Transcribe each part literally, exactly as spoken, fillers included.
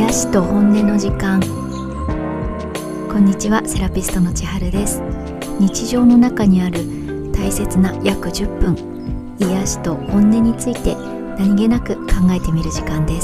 癒しと本音の時間。こんにちは、セラピストの千春です。日常の中にある大切な約じゅっぷん、癒しと本音について何気なく考えてみる時間です。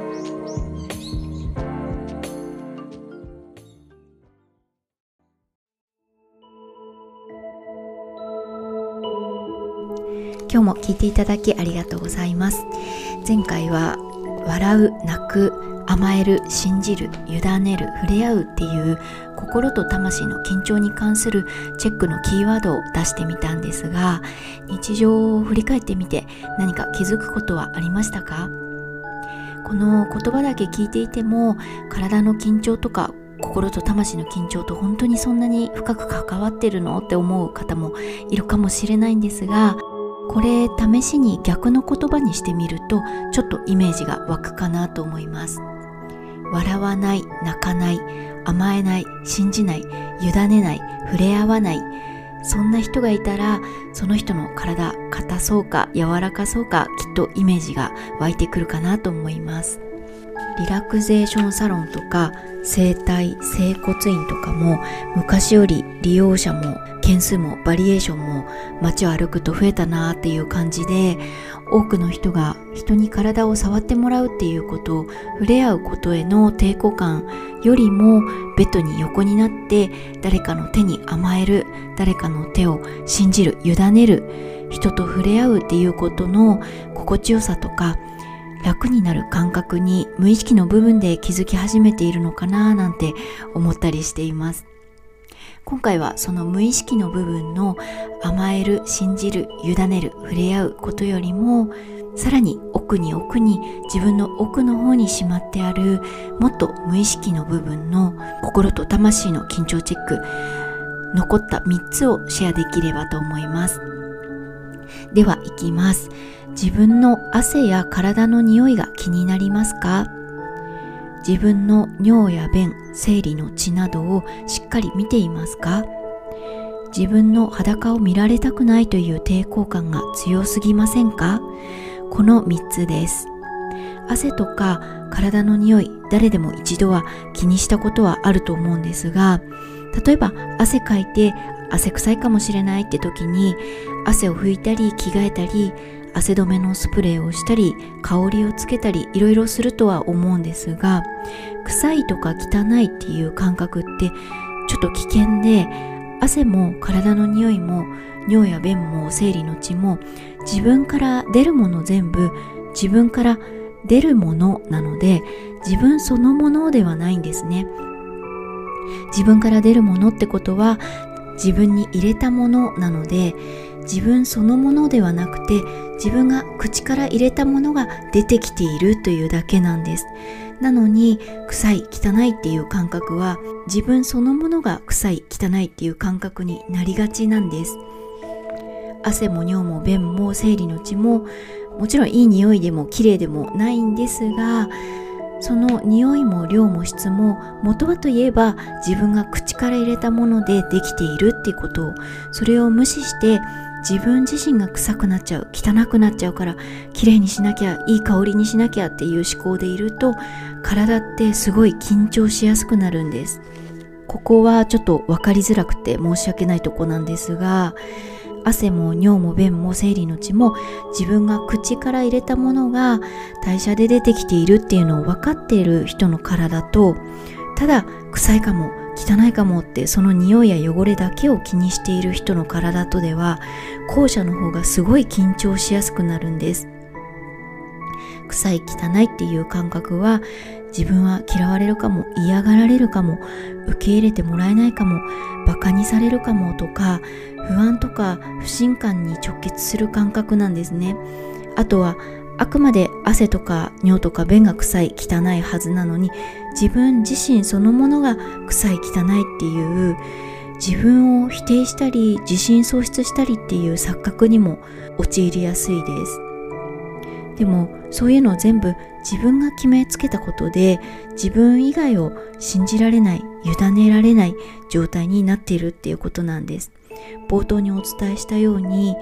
今日も聞いていただきありがとうございます。前回は笑う、泣く、甘える、信じる、委ねる、触れ合うっていう心と魂の緊張に関するチェックのキーワードを出してみたんですが、日常を振り返ってみて何か気づくことはありましたか？この言葉だけ聞いていても体の緊張とか心と魂の緊張と本当にそんなに深く関わってるのって思う方もいるかもしれないんですが、これ試しに逆の言葉にしてみるとちょっとイメージが湧くかなと思います。笑わない、泣かない、甘えない、信じない、委ねない、触れ合わない、そんな人がいたらその人の体、硬そうか柔らかそうかきっとイメージが湧いてくるかなと思います。リラクゼーションサロンとか整体、整骨院とかも昔より利用者も件数もバリエーションも街を歩くと増えたなっていう感じで、多くの人が人に体を触ってもらうっていうこと、触れ合うことへの抵抗感よりもベッドに横になって誰かの手に甘える、誰かの手を信じる、委ねる、人と触れ合うっていうことの心地よさとか楽になる感覚に無意識の部分で気づき始めているのかななんて思ったりしています。今回はその無意識の部分の甘える、信じる、委ねる、触れ合うことよりもさらに奥に奥に自分の奥の方にしまってあるもっと無意識の部分の心と魂の緊張チェック、残ったみっつをシェアできればと思います。ではいきます。自分の汗や体の匂いが気になりますか？自分の尿や便、生理の血などをしっかり見ていますか？自分の裸を見られたくないという抵抗感が強すぎませんか？このみっつです。汗とか体の匂い、誰でも一度は気にしたことはあると思うんですが、例えば汗かいて汗臭いかもしれないって時に汗を拭いたり着替えたり汗止めのスプレーをしたり香りをつけたりいろいろするとは思うんですが、臭いとか汚いっていう感覚ってちょっと危険で、汗も体の匂いも尿や便も生理の血も自分から出るもの全部自分から出るものなので、自分そのものではないんですね。自分から出るものってことは自分に入れたものなので、自分そのものではなくて自分が口から入れたものが出てきているというだけなんです。なのに臭い、汚いっていう感覚は自分そのものが臭い、汚いっていう感覚になりがちなんです。汗も尿も便も生理の血ももちろんいい匂いでも綺麗でもないんですが、その匂いも量も質も元はといえば自分が口から入れたものでできているってことを、それを無視して自分自身が臭くなっちゃう、汚くなっちゃうから綺麗にしなきゃ、いい香りにしなきゃっていう思考でいると体ってすごい緊張しやすくなるんです。ここはちょっと分かりづらくて申し訳ないとこなんですが、汗も尿も便も生理の血も自分が口から入れたものが代謝で出てきているっていうのを分かっている人の体と、ただ臭いかも汚いかもってその匂いや汚れだけを気にしている人の体とでは、後者の方がすごい緊張しやすくなるんです。臭い、汚いっていう感覚は自分は嫌われるかも、嫌がられるかも、受け入れてもらえないかも、バカにされるかもとか不安とか不信感に直結する感覚なんですね。あとはあくまで汗とか尿とか便が臭い、汚いはずなのに自分自身そのものが臭い、汚いっていう自分を否定したり自信喪失したりっていう錯覚にも陥りやすいです。でもそういうのを全部自分が決めつけたことで自分以外を信じられない、委ねられない状態になっているっていうことなんです。冒頭にお伝えしたように、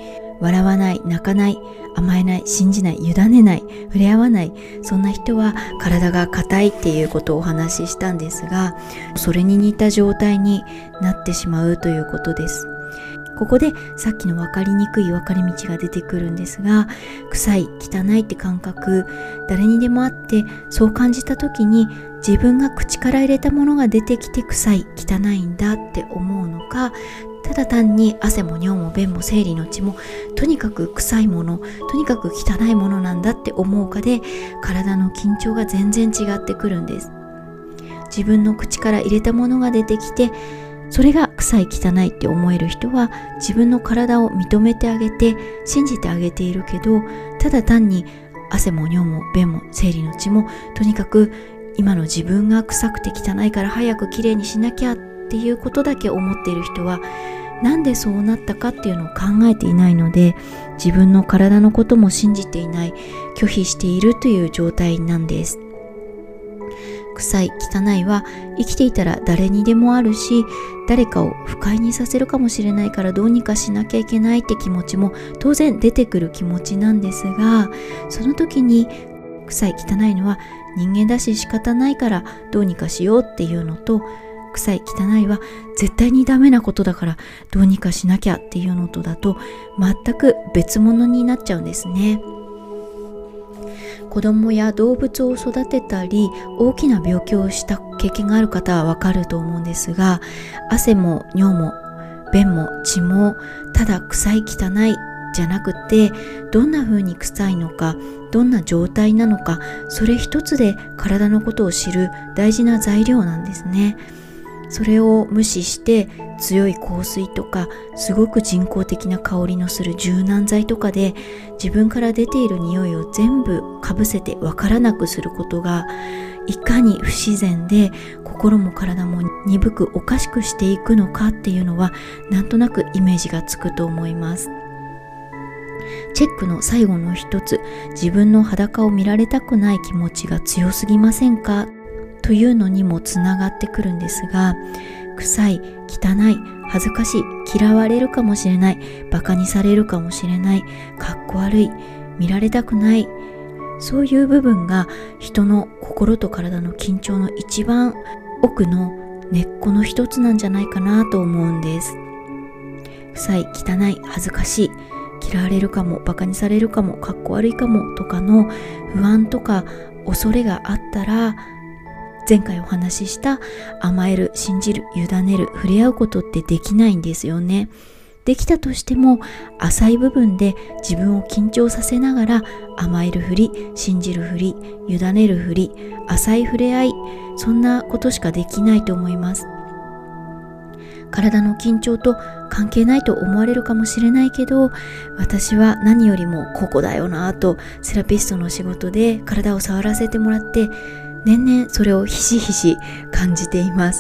笑わない、泣かない、甘えない、信じない、委ねない、触れ合わない、そんな人は体が硬いっていうことをお話ししたんですが、それに似た状態になってしまうということです。ここでさっきの分かりにくい分かれ道が出てくるんですが、臭い、汚いって感覚、誰にでもあって、そう感じた時に自分が口から入れたものが出てきて臭い、汚いんだって思うのか、ただ単に汗も尿も便も生理の血もとにかく臭いもの、とにかく汚いものなんだって思うかで、体の緊張が全然違ってくるんです。自分の口から入れたものが出てきて、それが臭い汚いって思える人は自分の体を認めてあげて信じてあげているけど、ただ単に汗も尿も便も生理の血もとにかく今の自分が臭くて汚いから早くきれいにしなきゃっていうことだけ思っている人は、なんでそうなったかっていうのを考えていないので、自分の体のことも信じていない、拒否しているという状態なんです。臭い、汚いは生きていたら誰にでもあるし、誰かを不快にさせるかもしれないからどうにかしなきゃいけないって気持ちも当然出てくる気持ちなんですが、その時に臭い、汚いのは人間だし仕方ないからどうにかしようっていうのと、臭い、汚いは絶対にダメなことだからどうにかしなきゃっていうのとだと全く別物になっちゃうんですね。子供や動物を育てたり大きな病気をした経験がある方はわかると思うんですが、汗も尿も便も血もただ臭い汚いじゃなくて、どんな風に臭いのか、どんな状態なのか、それ一つで体のことを知る大事な材料なんですね。それを無視して強い香水とかすごく人工的な香りのする柔軟剤とかで自分から出ている匂いを全部かぶせてわからなくすることがいかに不自然で心も体も鈍くおかしくしていくのかっていうのはなんとなくイメージがつくと思います。チェックの最後の一つ、自分の裸を見られたくない気持ちが強すぎませんかというのにもつながってくるんですが、臭い、汚い、恥ずかしい、嫌われるかもしれない、バカにされるかもしれない、かっこ悪い、見られたくない、そういう部分が人の心と体の緊張の一番奥の根っこの一つなんじゃないかなと思うんです。臭い、汚い、恥ずかしい、嫌われるかも、バカにされるかも、かっこ悪いかもとかの不安とか恐れがあったら、前回お話しした甘える、信じる、委ねる、触れ合うことってできないんですよね。できたとしても浅い部分で自分を緊張させながら甘えるふり、信じるふり、委ねるふり、浅い触れ合い、そんなことしかできないと思います。体の緊張と関係ないと思われるかもしれないけど、私は何よりもここだよなとセラピストの仕事で体を触らせてもらって年々それをひしひし感じています。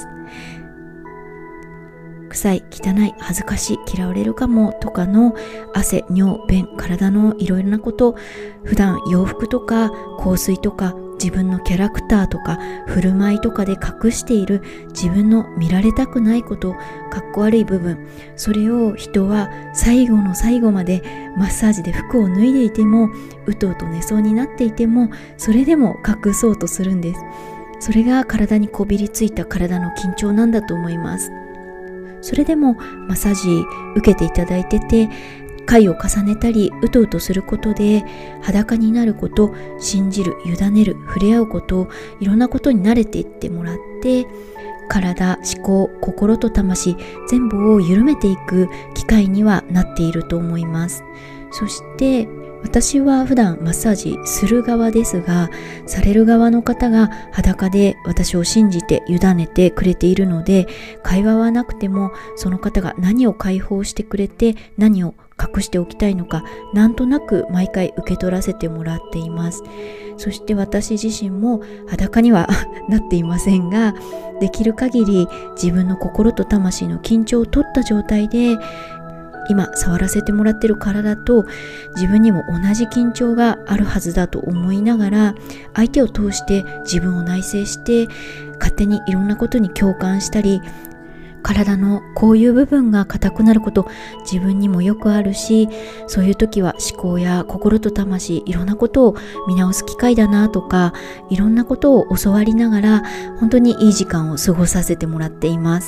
臭い、汚い、恥ずかしい、嫌われるかもとかの汗、尿、便、体のいろいろなこと、普段洋服とか香水とか自分のキャラクターとか振る舞いとかで隠している自分の見られたくないこと、かっこ悪い部分、それを人は最後の最後までマッサージで服を脱いでいても、うとうと寝そうになっていても、それでも隠そうとするんです。それが体にこびりついた体の緊張なんだと思います。それでもマッサージ受けていただいてて、回を重ねたりうとうとすることで裸になること、信じる、委ねる、触れ合うこと、いろんなことに慣れていってもらって、体、思考、心と魂全部を緩めていく機会にはなっていると思います。そして私は普段マッサージする側ですが、される側の方が裸で私を信じて委ねてくれているので、会話はなくてもその方が何を解放してくれて何を隠しておきたいのか、なんとなく毎回受け取らせてもらっています。そして私自身も裸にはなっていませんが、できる限り自分の心と魂の緊張を取った状態で今触らせてもらっている体と自分にも同じ緊張があるはずだと思いながら、相手を通して自分を内省して勝手にいろんなことに共感したり、 体のこういう部分が硬くなること自分にもよくあるし、そういう時は思考や心と魂いろんなことを見直す機会だなとか、いろんなことを教わりながら本当にいい時間を過ごさせてもらっています。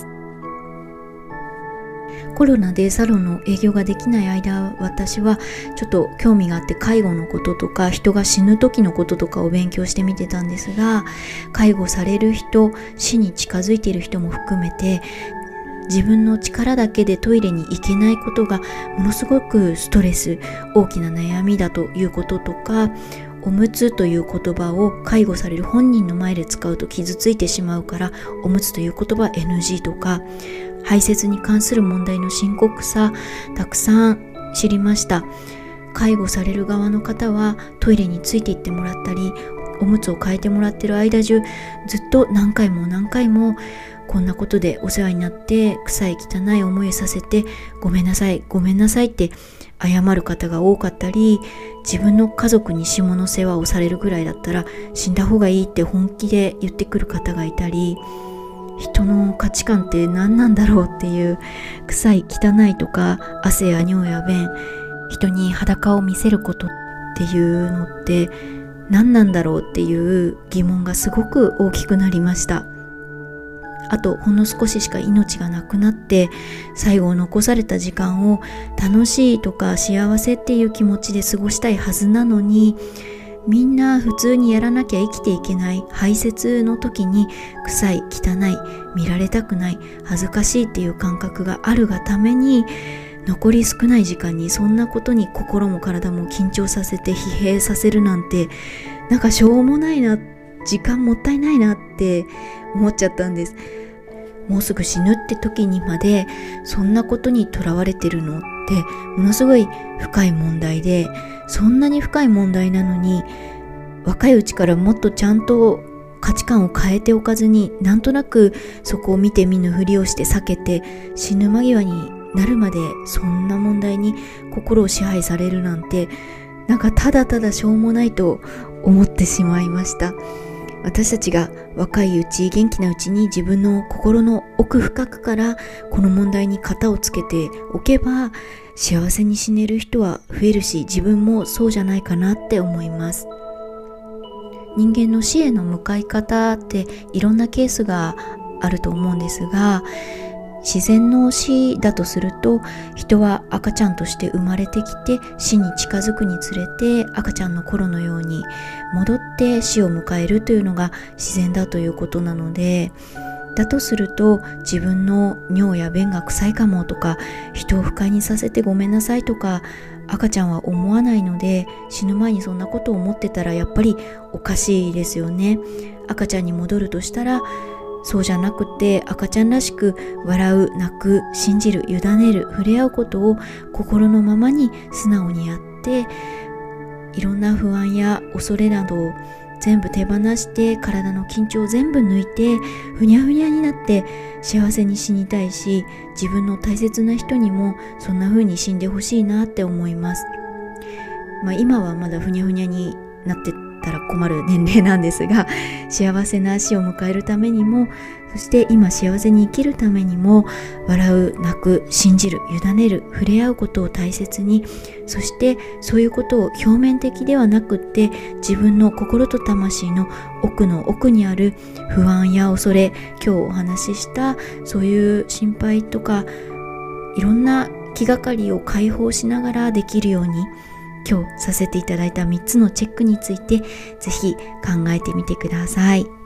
コロナでサロンの営業ができない間、私はちょっと興味があって介護のこととか人が死ぬ時のこととかを勉強してみてたんですが、介護される人、死に近づいている人も含めて自分の力だけでトイレに行けないことがものすごくストレス、大きな悩みだということとか、おむつという言葉を介護される本人の前で使うと傷ついてしまうからおむつという言葉は エヌジー とか、排泄に関する問題の深刻さたくさん知りました。介護される側の方はトイレについて行ってもらったり、おむつを変えてもらってる間中ずっと何回も何回もこんなことでお世話になって臭い汚い思いをさせてごめんなさいごめんなさいって謝る方が多かったり、自分の家族に下の世話をされるぐらいだったら死んだ方がいいって本気で言ってくる方がいたり、人の価値観って何なんだろうっていう、臭い汚いとか汗や尿や便、人に裸を見せることっていうのって何なんだろうっていう疑問がすごく大きくなりました。あとほんの少ししか命がなくなって最後残された時間を楽しいとか幸せっていう気持ちで過ごしたいはずなのに、みんな普通にやらなきゃ生きていけない排泄の時に臭い汚い見られたくない恥ずかしいっていう感覚があるがために、残り少ない時間にそんなことに心も体も緊張させて疲弊させるなんて、なんかしょうもないな、時間もったいないなって思っちゃったんです。もうすぐ死ぬって時にまでそんなことにとらわれてるのってものすごい深い問題で、そんなに深い問題なのに若いうちからもっとちゃんと価値観を変えておかずに、なんとなくそこを見て見ぬふりをして避けて死ぬ間際になるまでそんな問題に心を支配されるなんて、なんかただただしょうもないと思ってしまいました。私たちが若いうち、元気なうちに自分の心の奥深くからこの問題に型をつけておけば幸せに死ねる人は増えるし、自分もそうじゃないかなって思います。人間の死への向かい方っていろんなケースがあると思うんですが、自然の死だとすると、人は赤ちゃんとして生まれてきて死に近づくにつれて赤ちゃんの頃のように戻って死を迎えるというのが自然だということなので、だとすると自分の尿や便が臭いかもとか、人を不快にさせてごめんなさいとか赤ちゃんは思わないので、死ぬ前にそんなことを思ってたらやっぱりおかしいですよね。赤ちゃんに戻るとしたらそうじゃなくて、赤ちゃんらしく笑う、泣く、信じる、委ねる、触れ合うことを心のままに素直にやって、いろんな不安や恐れなどを全部手放して、体の緊張を全部抜いてふにゃふにゃになって幸せに死にたいし、自分の大切な人にもそんな風に死んでほしいなって思います。まあ、今はまだふにゃふにゃになってたら困る年齢なんですが、幸せな死を迎えるためにも、そして今幸せに生きるためにも、笑う、泣く、信じる、委ねる、触れ合うことを大切に、そしてそういうことを表面的ではなくって、自分の心と魂の奥の奥にある不安や恐れ、今日お話ししたそういう心配とか、いろんな気がかりを解放しながらできるように、今日させていただいたみっつのチェックについてぜひ考えてみてください。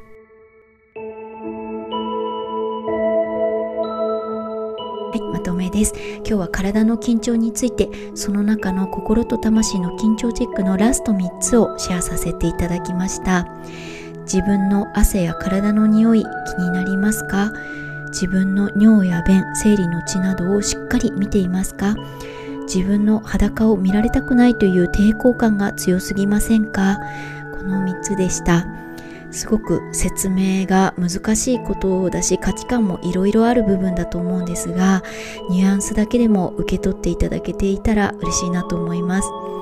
はい、まとめです。今日は体の緊張について、その中の心と魂の緊張チェックのラストみっつをシェアさせていただきました。自分の汗や体の匂い気になりますか？自分の尿や便、生理の血などをしっかり見ていますか？自分の裸を見られたくないという抵抗感が強すぎませんか？このみっつでした。すごく説明が難しいことだし、価値観もいろいろある部分だと思うんですが、ニュアンスだけでも受け取っていただけていたら嬉しいなと思います。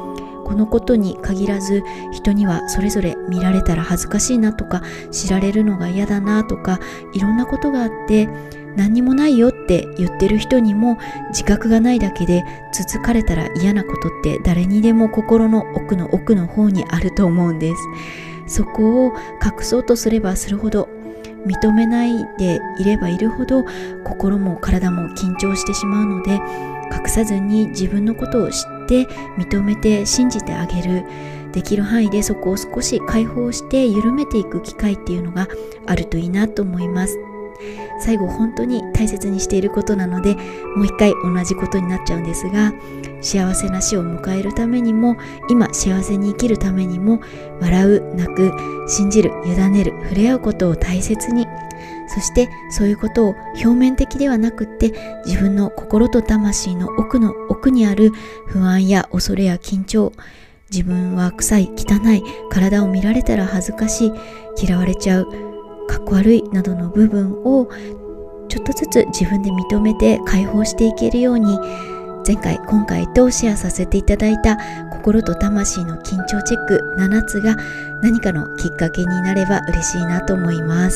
このことに限らず、人にはそれぞれ見られたら恥ずかしいなとか、知られるのが嫌だなとか、いろんなことがあって何にもないよって言ってる人にも、自覚がないだけでつつかれたら嫌なことって誰にでも心の奥の奥の方にあると思うんです。そこを隠そうとすればするほど、認めないでいればいるほど、心も体も緊張してしまうので、隠さずに自分のことを知って認めて信じてあげる、できる範囲でそこを少し解放して緩めていく機会っていうのがあるといいなと思います。最後本当に大切にしていることなので、もう一回同じことになっちゃうんですが、幸せな死を迎えるためにも、今幸せに生きるためにも、笑う、泣く、信じる、委ねる、触れ合うことを大切に、そしてそういうことを表面的ではなくって、自分の心と魂の奥の奥にある不安や恐れや緊張、自分は臭い、汚い、体を見られたら恥ずかしい、嫌われちゃう、かっこ悪いなどの部分をちょっとずつ自分で認めて解放していけるように、前回今回とシェアさせていただいた心と魂の緊張チェックななつが何かのきっかけになれば嬉しいなと思います。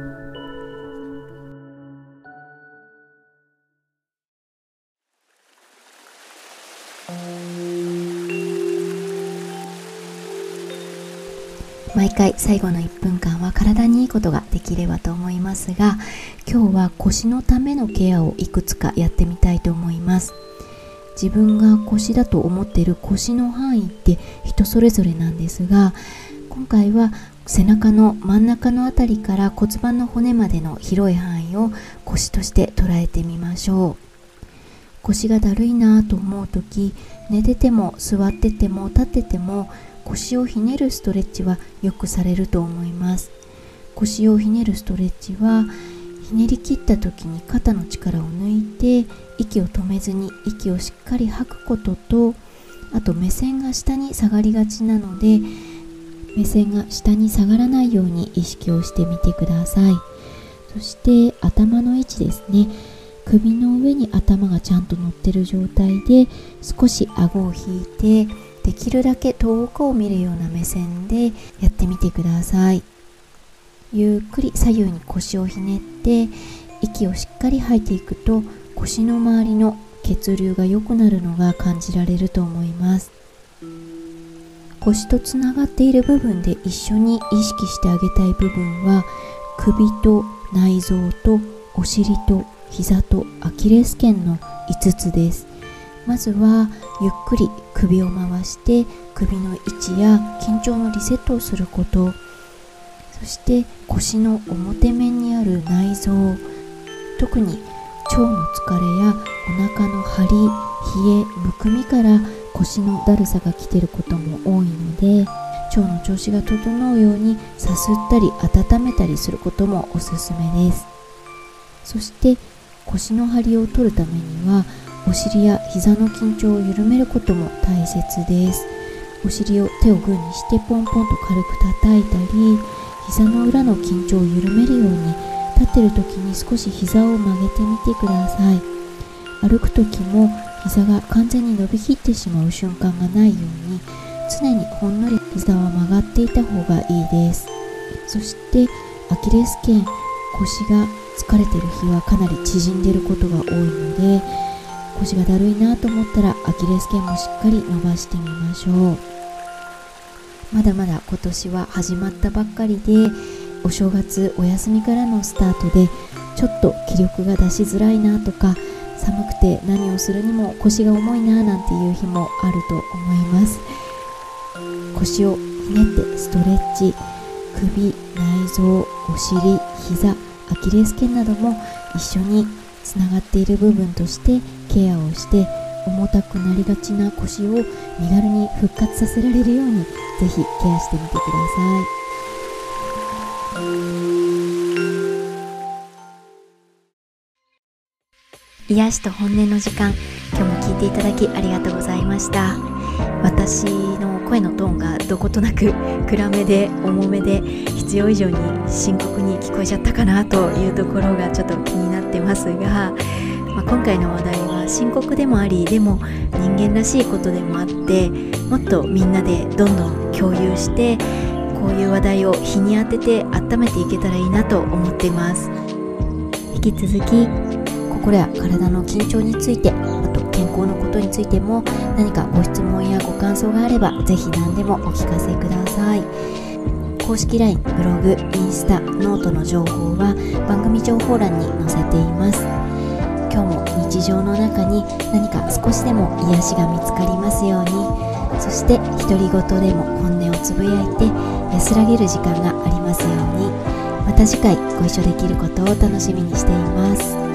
毎回最後のいっぷんかんは体にいいことができればと思いますが、今日は腰のためのケアをいくつかやってみたいと思います。自分が腰だと思っている腰の範囲って人それぞれなんですが、今回は背中の真ん中のあたりから骨盤の骨までの広い範囲を腰として捉えてみましょう。腰がだるいなと思うとき、寝てても座ってても立ってても腰をひねるストレッチはよくされると思います。腰をひねるストレッチは、ひねり切った時に肩の力を抜いて息を止めずに息をしっかり吐くことと、あと目線が下に下がりがちなので、目線が下に下がらないように意識をしてみてください。そして頭の位置ですね。首の上に頭がちゃんと乗ってる状態で、少し顎を引いてできるだけ遠くを見るような目線でやってみてください。ゆっくり左右に腰をひねって息をしっかり吐いていくと、腰の周りの血流が良くなるのが感じられると思います。腰とつながっている部分で一緒に意識してあげたい部分は、首と内臓とお尻と膝とアキレス腱のいつつです。まずはゆっくり首を回して首の位置や緊張のリセットをすること、そして腰の表面にある内臓、特に腸の疲れやお腹の張り、冷え、むくみから腰のだるさが来ていることも多いので、腸の調子が整うようにさすったり温めたりすることもおすすめです。そして腰の張りを取るためには、お尻や膝の緊張を緩めることも大切です。お尻を手をグーにしてポンポンと軽く叩いたり、膝の裏の緊張を緩めるように、立ってる時に少し膝を曲げてみてください。歩く時も膝が完全に伸びきってしまう瞬間がないように、常にほんのり膝は曲がっていた方がいいです。そしてアキレス腱、腰が疲れている日はかなり縮んでいることが多いので、腰がだるいなと思ったらアキレス腱もしっかり伸ばしてみましょう。まだまだ今年は始まったばっかりで、お正月お休みからのスタートでちょっと気力が出しづらいなとか、寒くて何をするにも腰が重いななんていう日もあると思います。腰をひねってストレッチ、首、内臓、お尻、膝、アキレス腱なども一緒につながっている部分としてケアをして、重たくなりがちな腰を身軽に復活させられるように、ぜひケアしてみてください。癒しと本音の時間、今日も聞いていただきありがとうございました。私の声のトーンがどことなく暗めで重めで、必要以上に深刻に聞こえちゃったかなというところがちょっと気になってますが、 まあ、今回の話題は深刻でもあり、でも人間らしいことでもあって、もっとみんなでどんどん共有して、こういう話題を日に当てて温めていけたらいいなと思っています。引き続き心や体の緊張について、あと健康のことについても何かご質問やご感想があれば、ぜひ何でもお聞かせください。公式 ライン、ブログ、インスタ、ノートの情報は番組情報欄に載せています。今日も日常の中に何か少しでも癒しが見つかりますように、そして独り言でも本音をつぶやいて安らげる時間がありますように。また次回ご一緒できることを楽しみにしています。